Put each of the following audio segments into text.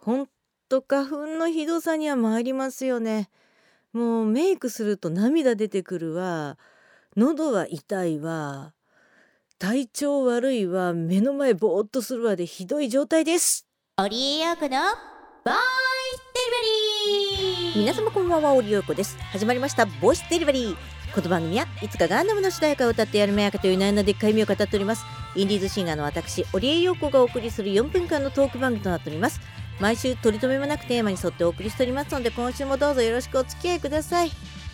ほんと花粉のひどさには参りますよね。もうメイクすると涙出てくるわ、喉は痛いわ、体調悪いわ、目の前ぼーっとするわでひどい状態です。 オリエヨーコのボイスデリバリー。 皆様こんばんは、オリヨーコです。始まりましたボイスデリバリー。この番組はいつかガンダムの主題歌を歌ってやるめやかという悩んだでっかい意味を語っております。インディーズシンガーの私オリエヨーコがお送りする4分間のトーク番組となっております。毎週取り留めもなくテーマに沿ってお送りしておりますので、今週もどうぞよろしくお付き合いください。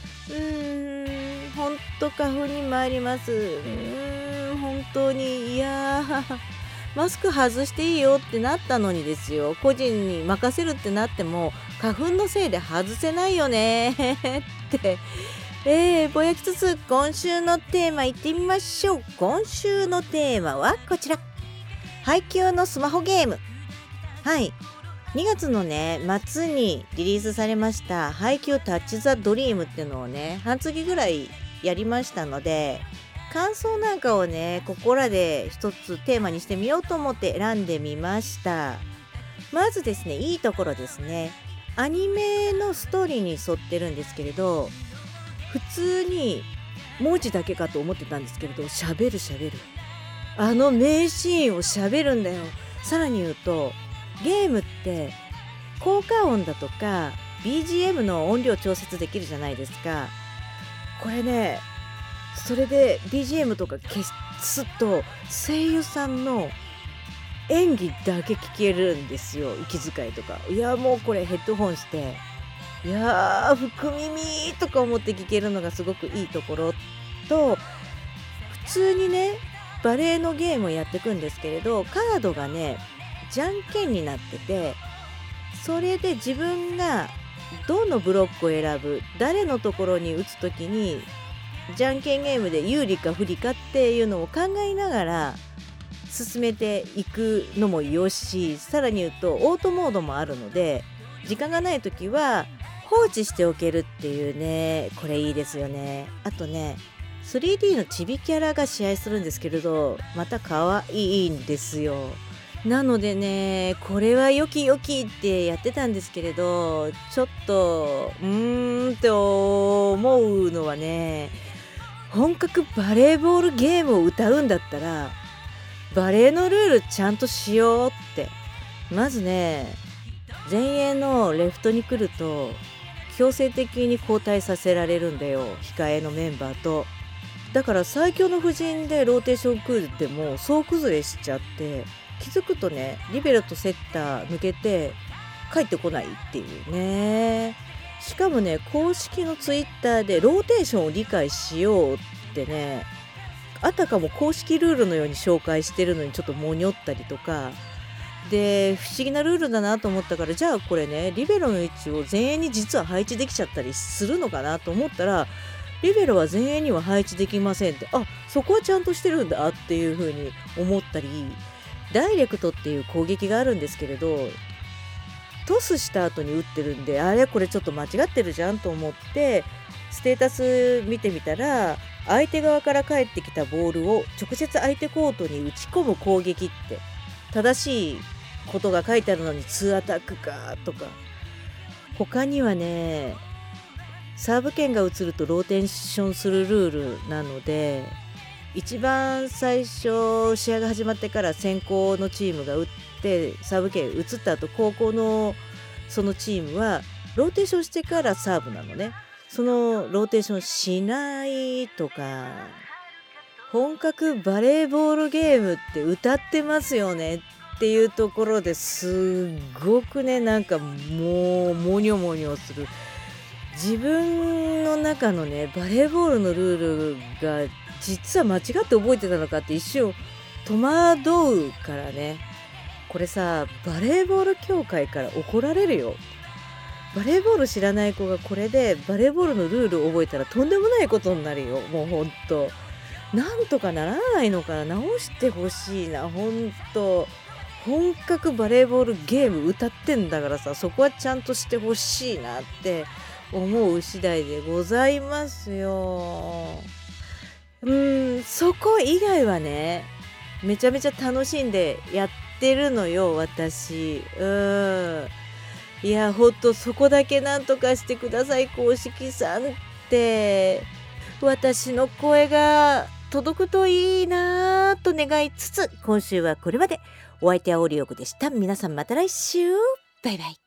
ほんと花粉に参ります。本当にいやーマスク外していいよってなったのにですよ、個人に任せるってなっても花粉のせいで外せないよねってぼやきつつ、今週のテーマいってみましょう。今週のテーマはこちら、配給のスマホゲーム。はい、2月のね末にリリースされました配給タッチザドリームっていうのをね半月ぐらいやりましたので、感想なんかをねここらで一つテーマにしてみようと思って選んでみました。まずですね、いいところですね。アニメのストーリーに沿ってるんですけれど、普通に文字だけかと思ってたんですけれど、喋るあの名シーンを喋るんだよ。さらに言うと、ゲームって効果音だとか BGM の音量調節できるじゃないですか。これね、それで BGM とか消すと声優さんの演技だけ聞けるんですよ。息遣いとか。いやもうこれヘッドホンして、いや福耳とか思って聞けるのがすごくいいところと、普通にねバレーのゲームをやっていくんですけれど、カードがねじゃんけんになってて、それで自分がどのブロックを選ぶ、誰のところに打つときにじゃんけんゲームで有利か不利かっていうのを考えながら進めていくのもよし、さらに言うとオートモードもあるので、時間がないときは放置しておけるっていうね、これいいですよね。あとね 3D のチビキャラが試合するんですけれど、また可愛いんですよ。なのでね、これは良きってやってたんですけれど、ちょっとって思うのはね、本格バレーボールゲームを歌うんだったらバレーのルールちゃんとしようって。まずね、前衛のレフトに来ると強制的に交代させられるんだよ、控えのメンバーと。だから最強の布陣でローテーション組んでも総崩れしちゃって、気づくとねリベロとセッター抜けて帰ってこないっていうね。しかもね、公式のツイッターでローテーションを理解しようってね、あたかも公式ルールのように紹介してるのにちょっともにょったりとかで、不思議なルールだなと思ったから、じゃあこれねリベロの位置を前衛に実は配置できちゃったりするのかなと思ったら、リベロは前衛には配置できませんって、あ、そこはちゃんとしてるんだっていう風に思ったり、ダイレクトっていう攻撃があるんですけれど、トスした後に打ってるんで、あれこれちょっと間違ってるじゃんと思ってステータス見てみたら、相手側から返ってきたボールを直接相手コートに打ち込む攻撃って正しいことが書いてあるのに2アタックかとか。他にはね、サーブ権が移るとローテーションするルールなので、一番最初試合が始まってから先攻のチームが打ってサーブ権移った後、後攻のそのチームはローテーションしてからサーブなのね。そのローテーションしないとか、本格バレーボールゲームって歌ってますよねっていうところですっごくね、なんかもうモニョモニョする。自分の中のねバレーボールのルールが実は間違って覚えてたのかって一瞬戸惑うからね。これさ、バレーボール協会から怒られるよ。バレーボール知らない子がこれでバレーボールのルールを覚えたらとんでもないことになるよ。もうほんとなんとかならないのかな、直してほしいな。ほんと本格バレーボールゲーム歌ってんだからさ、そこはちゃんとしてほしいなって思う次第でございますよ。そこ以外はねめちゃめちゃ楽しんでやってるのよ私。 いやほんとそこだけなんとかしてください公式さんって。私の声が届くといいなと願いつつ、今週はこれまで。お相手はオリオクでした。皆さんまた来週。バイバイ。